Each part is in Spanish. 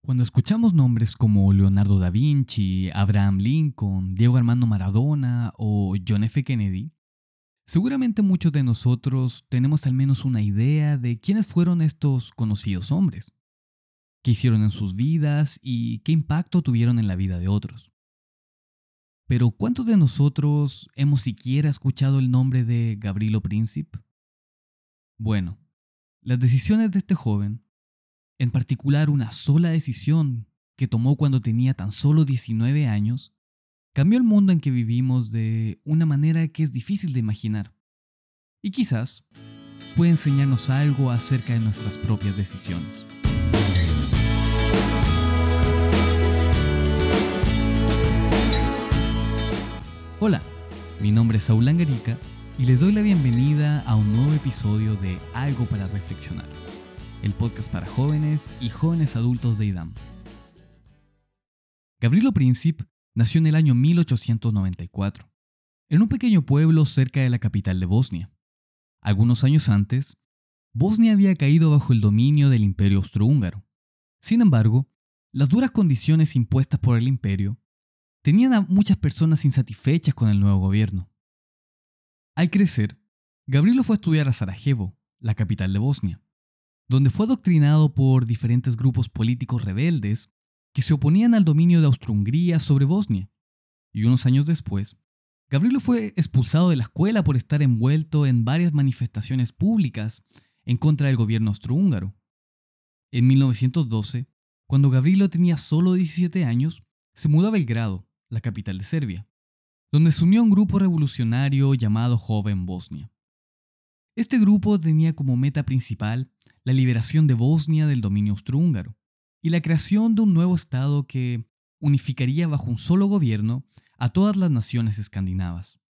Cuando escuchamos nombres como Leonardo da Vinci, Abraham Lincoln, Diego Armando Maradona o John F. Kennedy, seguramente muchos de nosotros tenemos al menos una idea de quiénes fueron estos conocidos hombres, qué hicieron en sus vidas y qué impacto tuvieron en la vida de otros. Pero ¿cuántos de nosotros hemos siquiera escuchado el nombre de Gavrilo Princip? Bueno, las decisiones de este joven, en particular una sola decisión que tomó cuando tenía tan solo 19 años, cambió el mundo en que vivimos de una manera que es difícil de imaginar. Y quizás puede enseñarnos algo acerca de nuestras propias decisiones. Hola, mi nombre es Saúl Langarica y les doy la bienvenida a un nuevo episodio de Algo para Reflexionar, el podcast para jóvenes y jóvenes adultos de IDAM. Gavrilo Princip nació en el año 1894, en un pequeño pueblo cerca de la capital de Bosnia. Algunos años antes, Bosnia había caído bajo el dominio del Imperio Austrohúngaro. Sin embargo, las duras condiciones impuestas por el imperio tenían a muchas personas insatisfechas con el nuevo gobierno. Al crecer, Gavrilo fue a estudiar a Sarajevo, la capital de Bosnia, donde fue adoctrinado por diferentes grupos políticos rebeldes que se oponían al dominio de Austro-Hungría sobre Bosnia. Y unos años después, Gavrilo fue expulsado de la escuela por estar envuelto en varias manifestaciones públicas en contra del gobierno austrohúngaro. En 1912, cuando Gavrilo tenía solo 17 años, se mudó a Belgrado, la capital de Serbia, donde se unió a un grupo revolucionario llamado Joven Bosnia. Este grupo tenía como meta principal la liberación de Bosnia del dominio austrohúngaro y la creación de un nuevo estado que unificaría bajo un solo gobierno a todas las naciones escandinavas.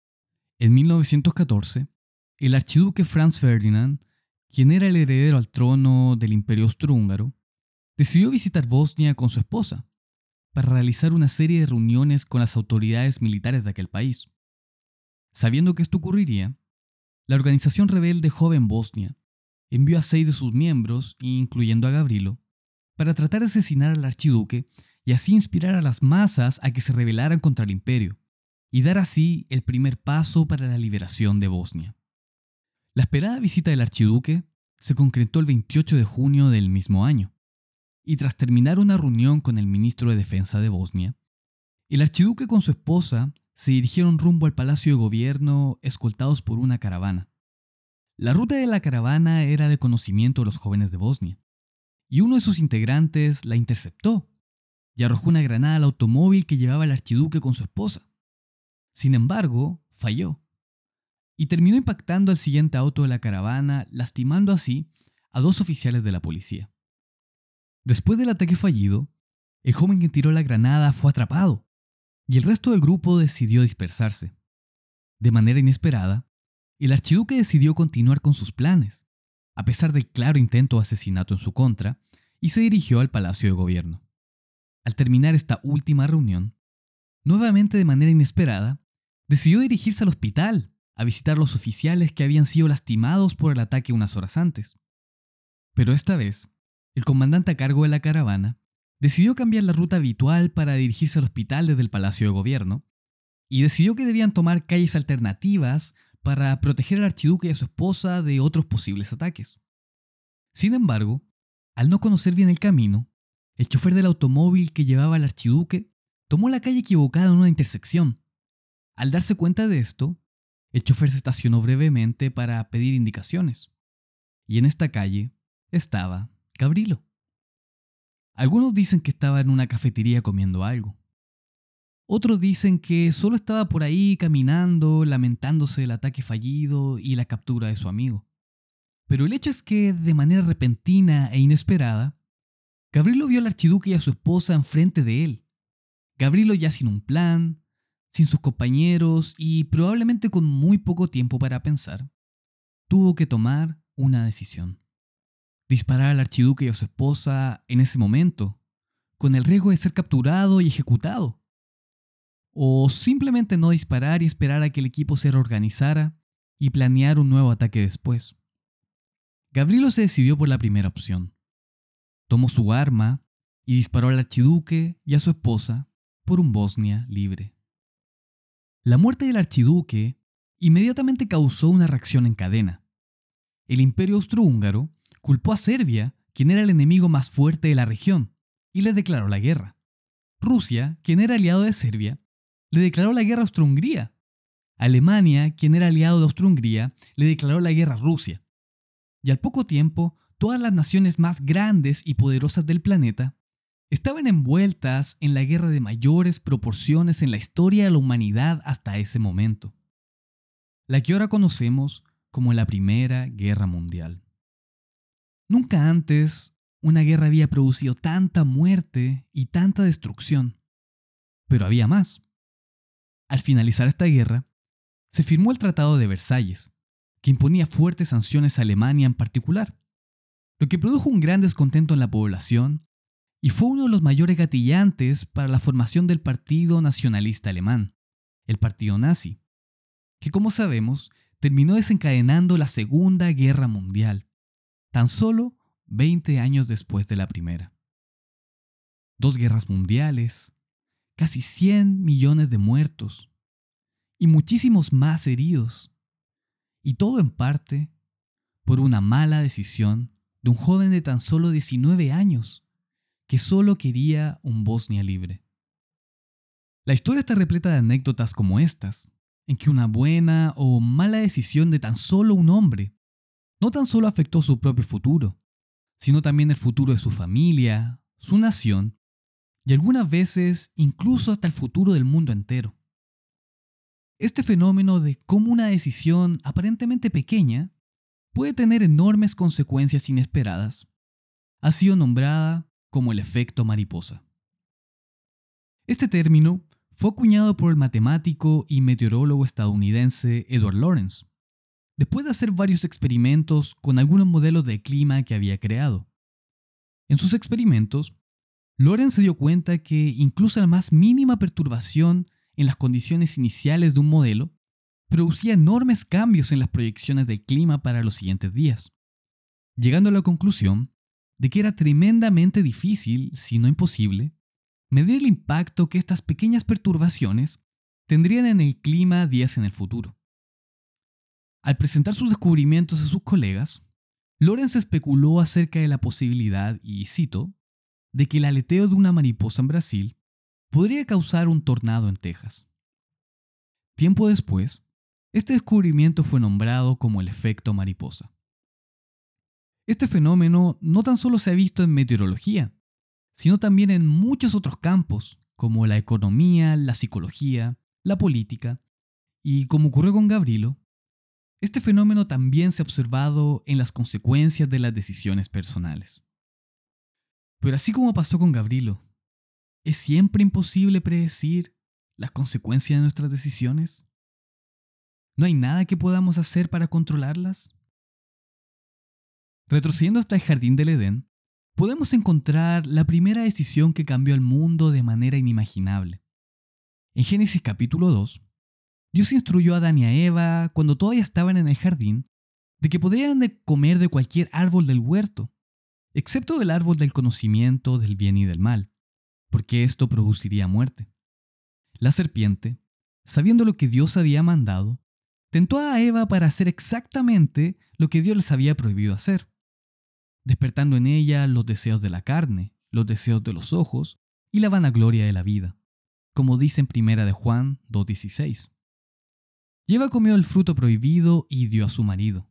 En 1914, el archiduque Franz Ferdinand, quien era el heredero al trono del Imperio Austrohúngaro, decidió visitar Bosnia con su esposa para realizar una serie de reuniones con las autoridades militares de aquel país. Sabiendo que esto ocurriría, la organización rebelde Joven Bosnia envió a 6 de sus miembros, incluyendo a Gavrilo, para tratar de asesinar al archiduque y así inspirar a las masas a que se rebelaran contra el imperio y dar así el primer paso para la liberación de Bosnia. La esperada visita del archiduque se concretó el 28 de junio del mismo año, y tras terminar una reunión con el ministro de Defensa de Bosnia, el archiduque con su esposa se dirigieron rumbo al Palacio de Gobierno escoltados por una caravana. La ruta de la caravana era de conocimiento de los jóvenes de Bosnia, y uno de sus integrantes la interceptó y arrojó una granada al automóvil que llevaba el archiduque con su esposa. Sin embargo, falló, y terminó impactando al siguiente auto de la caravana, lastimando así a 2 oficiales de la policía. Después del ataque fallido, el joven que tiró la granada fue atrapado, y el resto del grupo decidió dispersarse. De manera inesperada, el archiduque decidió continuar con sus planes, a pesar del claro intento de asesinato en su contra, y se dirigió al Palacio de Gobierno. Al terminar esta última reunión, nuevamente de manera inesperada, decidió dirigirse al hospital a visitar a los oficiales que habían sido lastimados por el ataque unas horas antes. Pero esta vez, el comandante a cargo de la caravana decidió cambiar la ruta habitual para dirigirse al hospital desde el Palacio de Gobierno y decidió que debían tomar calles alternativas para proteger al archiduque y a su esposa de otros posibles ataques. Sin embargo, al no conocer bien el camino, el chofer del automóvil que llevaba al archiduque tomó la calle equivocada en una intersección. Al darse cuenta de esto, el chofer se estacionó brevemente para pedir indicaciones. Y en esta calle estaba Gavrilo. Algunos dicen que estaba en una cafetería comiendo algo. Otros dicen que solo estaba por ahí caminando, lamentándose del ataque fallido y la captura de su amigo. Pero el hecho es que, de manera repentina e inesperada, Gavrilo vio al archiduque y a su esposa enfrente de él. Gavrilo ya sin un plan, sin sus compañeros y probablemente con muy poco tiempo para pensar, tuvo que tomar una decisión. Disparar al archiduque y a su esposa en ese momento, con el riesgo de ser capturado y ejecutado. O simplemente no disparar y esperar a que el equipo se reorganizara y planear un nuevo ataque después. Gavrilo se decidió por la primera opción. Tomó su arma y disparó al archiduque y a su esposa por un Bosnia libre. La muerte del archiduque inmediatamente causó una reacción en cadena. El Imperio Austrohúngaro culpó a Serbia, quien era el enemigo más fuerte de la región, y le declaró la guerra. Rusia, quien era aliado de Serbia, le declaró la guerra a Austro-Hungría. Alemania, quien era aliado de Austro-Hungría, le declaró la guerra a Rusia. Y al poco tiempo, todas las naciones más grandes y poderosas del planeta estaban envueltas en la guerra de mayores proporciones en la historia de la humanidad hasta ese momento, la que ahora conocemos como la Primera Guerra Mundial. Nunca antes una guerra había producido tanta muerte y tanta destrucción, pero había más. Al finalizar esta guerra, se firmó el Tratado de Versalles, que imponía fuertes sanciones a Alemania en particular, lo que produjo un gran descontento en la población y fue uno de los mayores gatillantes para la formación del Partido Nacionalista Alemán, el Partido Nazi, que como sabemos terminó desencadenando la Segunda Guerra Mundial, tan solo 20 años después de la primera. 2 guerras mundiales, casi 100 millones de muertos y muchísimos más heridos, y todo en parte por una mala decisión de un joven de tan solo 19 años que solo quería un Bosnia libre. La historia está repleta de anécdotas como estas, en que una buena o mala decisión de tan solo un hombre no tan solo afectó su propio futuro, sino también el futuro de su familia, su nación y algunas veces incluso hasta el futuro del mundo entero. Este fenómeno de cómo una decisión aparentemente pequeña puede tener enormes consecuencias inesperadas ha sido nombrada como el efecto mariposa. Este término fue acuñado por el matemático y meteorólogo estadounidense Edward Lorenz, después de hacer varios experimentos con algunos modelos de clima que había creado. En sus experimentos, Lorenz se dio cuenta que incluso la más mínima perturbación en las condiciones iniciales de un modelo producía enormes cambios en las proyecciones del clima para los siguientes días, llegando a la conclusión de que era tremendamente difícil, si no imposible, medir el impacto que estas pequeñas perturbaciones tendrían en el clima días en el futuro. Al presentar sus descubrimientos a sus colegas, Lorenz especuló acerca de la posibilidad, y cito, de que el aleteo de una mariposa en Brasil podría causar un tornado en Texas. Tiempo después, este descubrimiento fue nombrado como el efecto mariposa. Este fenómeno no tan solo se ha visto en meteorología, sino también en muchos otros campos, como la economía, la psicología, la política, y como ocurrió con Gavrilo, este fenómeno también se ha observado en las consecuencias de las decisiones personales. Pero así como pasó con Gavrilo, ¿es siempre imposible predecir las consecuencias de nuestras decisiones? ¿No hay nada que podamos hacer para controlarlas? Retrocediendo hasta el jardín del Edén, podemos encontrar la primera decisión que cambió el mundo de manera inimaginable. En Génesis capítulo 2, Dios instruyó a Adán y a Eva, cuando todavía estaban en el jardín, de que podrían comer de cualquier árbol del huerto, excepto del árbol del conocimiento del bien y del mal, porque esto produciría muerte. La serpiente, sabiendo lo que Dios había mandado, tentó a Eva para hacer exactamente lo que Dios les había prohibido hacer, despertando en ella los deseos de la carne, los deseos de los ojos y la vanagloria de la vida, como dice en 1 de Juan 2:16. Y Eva comió el fruto prohibido y dio a su marido.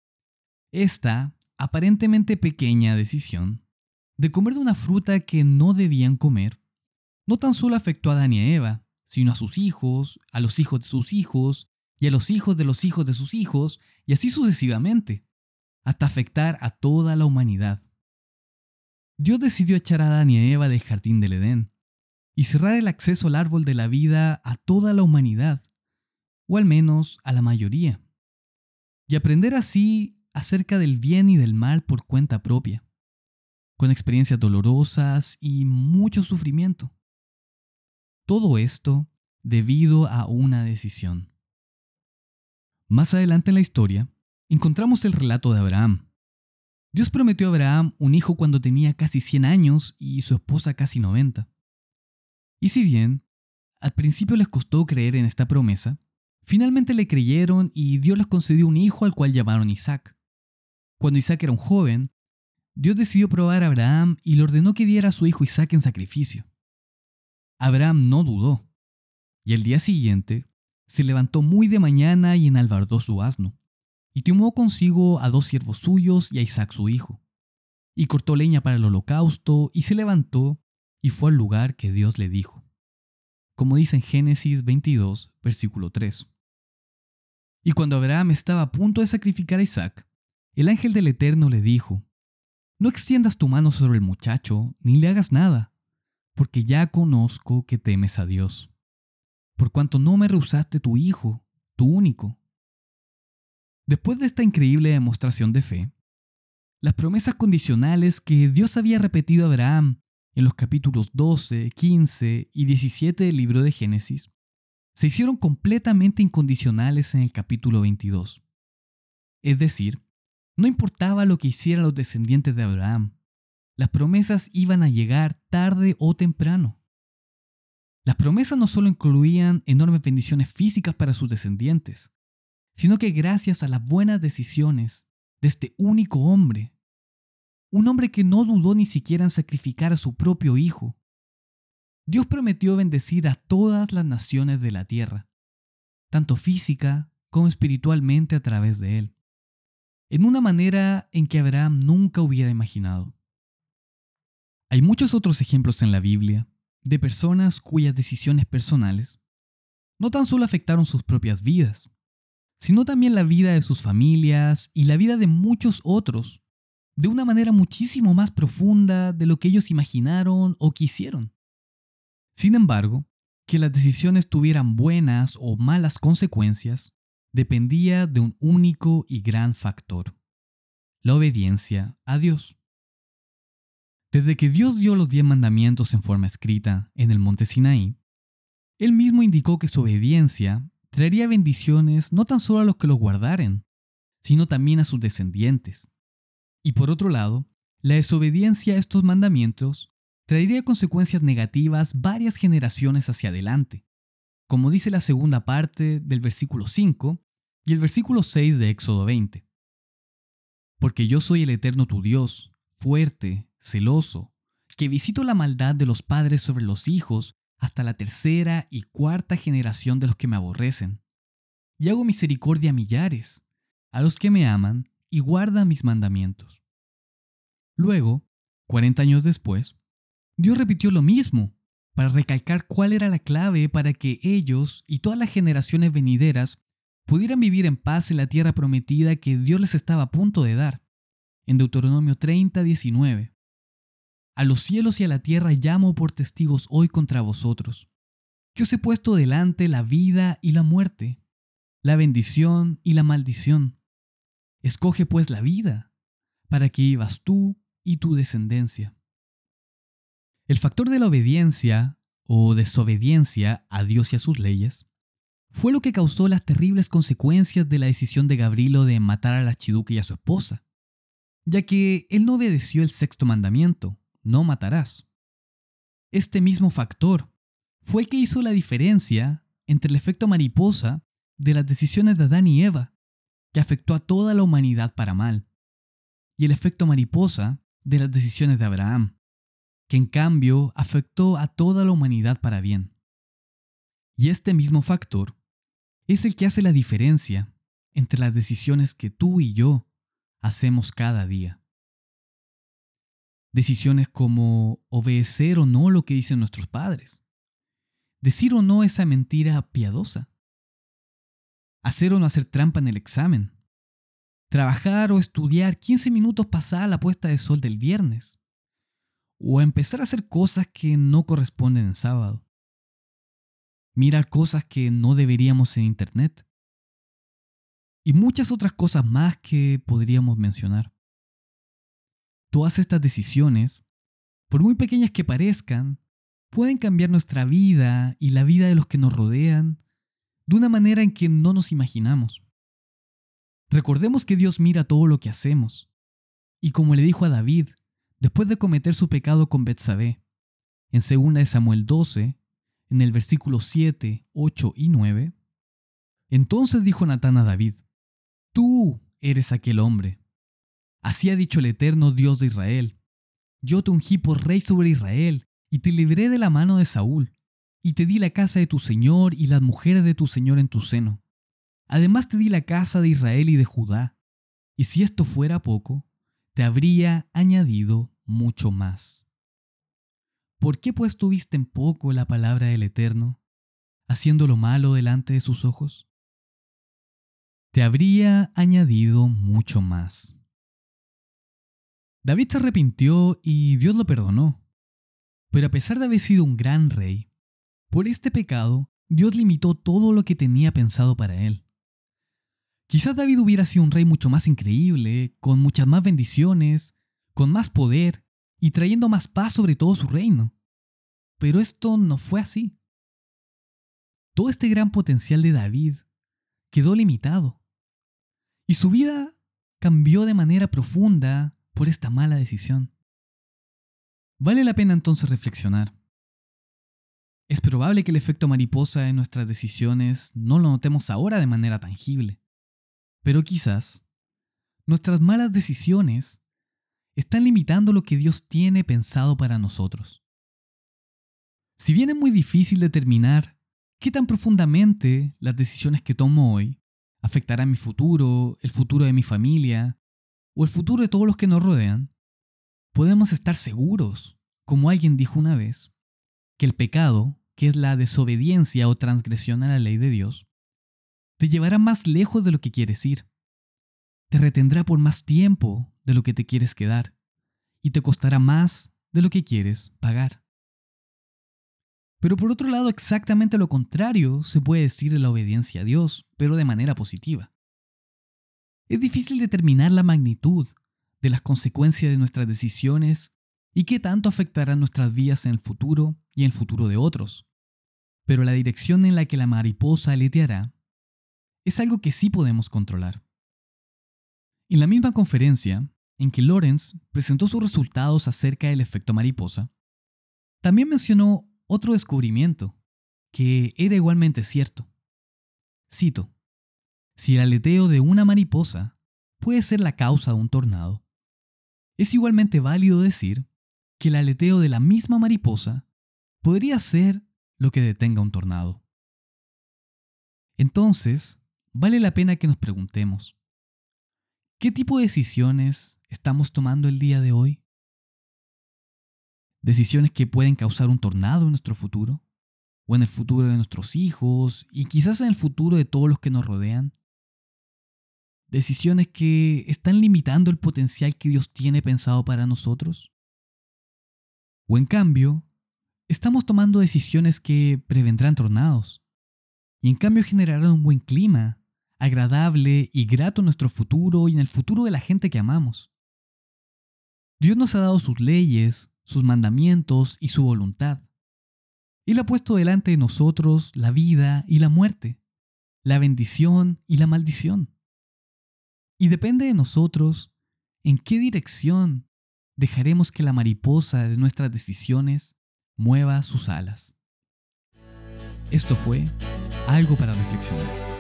Esta aparentemente pequeña decisión de comer de una fruta que no debían comer no tan solo afectó a Adán y a Eva, sino a sus hijos, a los hijos de sus hijos y a los hijos de los hijos de sus hijos, y así sucesivamente, hasta afectar a toda la humanidad. Dios decidió echar a Adán y a Eva del jardín del Edén y cerrar el acceso al árbol de la vida a toda la humanidad, o al menos a la mayoría, y aprender así acerca del bien y del mal por cuenta propia, con experiencias dolorosas y mucho sufrimiento. Todo esto debido a una decisión. Más adelante en la historia, encontramos el relato de Abraham, Dios prometió a Abraham un hijo cuando tenía casi 100 años y su esposa casi 90. Y si bien al principio les costó creer en esta promesa, finalmente le creyeron y Dios les concedió un hijo al cual llamaron Isaac. Cuando Isaac era un joven, Dios decidió probar a Abraham y le ordenó que diera a su hijo Isaac en sacrificio. Abraham no dudó, y al día siguiente se levantó muy de mañana y enalbardó su asno, y tomó consigo a 2 siervos suyos y a Isaac su hijo, y cortó leña para el holocausto, y se levantó y fue al lugar que Dios le dijo, como dice en Génesis 22, versículo 3. Y cuando Abraham estaba a punto de sacrificar a Isaac, el ángel del Eterno le dijo: no extiendas tu mano sobre el muchacho, ni le hagas nada, porque ya conozco que temes a Dios, por cuanto no me rehusaste tu hijo, tu único. Después de esta increíble demostración de fe, las promesas condicionales que Dios había repetido a Abraham en los capítulos 12, 15 y 17 del libro de Génesis, se hicieron completamente incondicionales en el capítulo 22. Es decir, no importaba lo que hicieran los descendientes de Abraham, las promesas iban a llegar tarde o temprano. Las promesas no solo incluían enormes bendiciones físicas para sus descendientes, sino que gracias a las buenas decisiones de este único hombre, un hombre que no dudó ni siquiera en sacrificar a su propio hijo, Dios prometió bendecir a todas las naciones de la tierra, tanto física como espiritualmente a través de él, en una manera en que Abraham nunca hubiera imaginado. Hay muchos otros ejemplos en la Biblia de personas cuyas decisiones personales no tan solo afectaron sus propias vidas, sino también la vida de sus familias y la vida de muchos otros, de una manera muchísimo más profunda de lo que ellos imaginaron o quisieron. Sin embargo, que las decisiones tuvieran buenas o malas consecuencias dependía de un único y gran factor: la obediencia a Dios. Desde que Dios dio los 10 mandamientos en forma escrita en el monte Sinaí, Él mismo indicó que su obediencia traería bendiciones no tan solo a los que los guardaren, sino también a sus descendientes. Y por otro lado, la desobediencia a estos mandamientos traería consecuencias negativas varias generaciones hacia adelante, como dice la segunda parte del versículo 5 y el versículo 6 de Éxodo 20. Porque yo soy el Eterno tu Dios, fuerte, celoso, que visito la maldad de los padres sobre los hijos hasta la 3ª y 4ª generación de los que me aborrecen. Y hago misericordia a millares, a los que me aman y guardan mis mandamientos. Luego, 40 años después, Dios repitió lo mismo para recalcar cuál era la clave para que ellos y todas las generaciones venideras pudieran vivir en paz en la tierra prometida que Dios les estaba a punto de dar. En Deuteronomio 30:19. A los cielos y a la tierra llamo por testigos hoy contra vosotros, que os he puesto delante la vida y la muerte, la bendición y la maldición. Escoge pues la vida, para que vivas tú y tu descendencia. El factor de la obediencia o desobediencia a Dios y a sus leyes fue lo que causó las terribles consecuencias de la decisión de Gabrilo de matar al archiduque y a su esposa, ya que él no obedeció el 6º mandamiento: no matarás. Este mismo factor fue el que hizo la diferencia entre el efecto mariposa de las decisiones de Adán y Eva, que afectó a toda la humanidad para mal, y el efecto mariposa de las decisiones de Abraham, que en cambio afectó a toda la humanidad para bien. Y este mismo factor es el que hace la diferencia entre las decisiones que tú y yo hacemos cada día. Decisiones como obedecer o no lo que dicen nuestros padres, decir o no esa mentira piadosa, hacer o no hacer trampa en el examen, trabajar o estudiar 15 minutos pasada la puesta de sol del viernes, o empezar a hacer cosas que no corresponden en sábado, mirar cosas que no deberíamos en internet, y muchas otras cosas más que podríamos mencionar. Todas estas decisiones, por muy pequeñas que parezcan, pueden cambiar nuestra vida y la vida de los que nos rodean de una manera en que no nos imaginamos. Recordemos que Dios mira todo lo que hacemos, y como le dijo a David después de cometer su pecado con Betsabé. En 2 de Samuel 12, en el versículo 7, 8 y 9, entonces dijo Natán a David: Tú eres aquel hombre. Así ha dicho el eterno Dios de Israel: Yo te ungí por rey sobre Israel, y te libré de la mano de Saúl, y te di la casa de tu señor y las mujeres de tu señor en tu seno. Además te di la casa de Israel y de Judá, y si esto fuera poco, te habría añadido mucho más. ¿Por qué pues tuviste en poco la palabra del Eterno, haciendo lo malo delante de sus ojos? Te habría añadido mucho más. David se arrepintió y Dios lo perdonó. Pero a pesar de haber sido un gran rey, por este pecado Dios limitó todo lo que tenía pensado para él. Quizás David hubiera sido un rey mucho más increíble, con muchas más bendiciones, con más poder y trayendo más paz sobre todo su reino. Pero esto no fue así. Todo este gran potencial de David quedó limitado. Y su vida cambió de manera profunda por esta mala decisión. Vale la pena entonces reflexionar. Es probable que el efecto mariposa en nuestras decisiones no lo notemos ahora de manera tangible, pero quizás nuestras malas decisiones están limitando lo que Dios tiene pensado para nosotros. Si bien es muy difícil determinar qué tan profundamente las decisiones que tomo hoy afectarán mi futuro, el futuro de mi familia o el futuro de todos los que nos rodean, podemos estar seguros, como alguien dijo una vez, que el pecado, que es la desobediencia o transgresión a la ley de Dios, te llevará más lejos de lo que quieres ir, te retendrá por más tiempo de lo que te quieres quedar y te costará más de lo que quieres pagar. Pero por otro lado, exactamente lo contrario se puede decir de la obediencia a Dios, pero de manera positiva. Es difícil determinar la magnitud de las consecuencias de nuestras decisiones y qué tanto afectarán nuestras vidas en el futuro y en el futuro de otros. Pero la dirección en la que la mariposa aleteará es algo que sí podemos controlar. En la misma conferencia en que Lawrence presentó sus resultados acerca del efecto mariposa, también mencionó otro descubrimiento que era igualmente cierto. Cito: Si el aleteo de una mariposa puede ser la causa de un tornado, es igualmente válido decir que el aleteo de la misma mariposa podría ser lo que detenga un tornado. Entonces, vale la pena que nos preguntemos: ¿qué tipo de decisiones estamos tomando el día de hoy? ¿Decisiones que pueden causar un tornado en nuestro futuro? ¿O en el futuro de nuestros hijos? ¿Y quizás en el futuro de todos los que nos rodean? ¿Decisiones que están limitando el potencial que Dios tiene pensado para nosotros? ¿O en cambio, estamos tomando decisiones que prevendrán tornados y en cambio generarán un buen clima, agradable y grato en nuestro futuro y en el futuro de la gente que amamos? Dios nos ha dado sus leyes, sus mandamientos y su voluntad. Él ha puesto delante de nosotros la vida y la muerte, la bendición y la maldición. Y depende de nosotros en qué dirección dejaremos que la mariposa de nuestras decisiones mueva sus alas. Esto fue Algo para Reflexionar.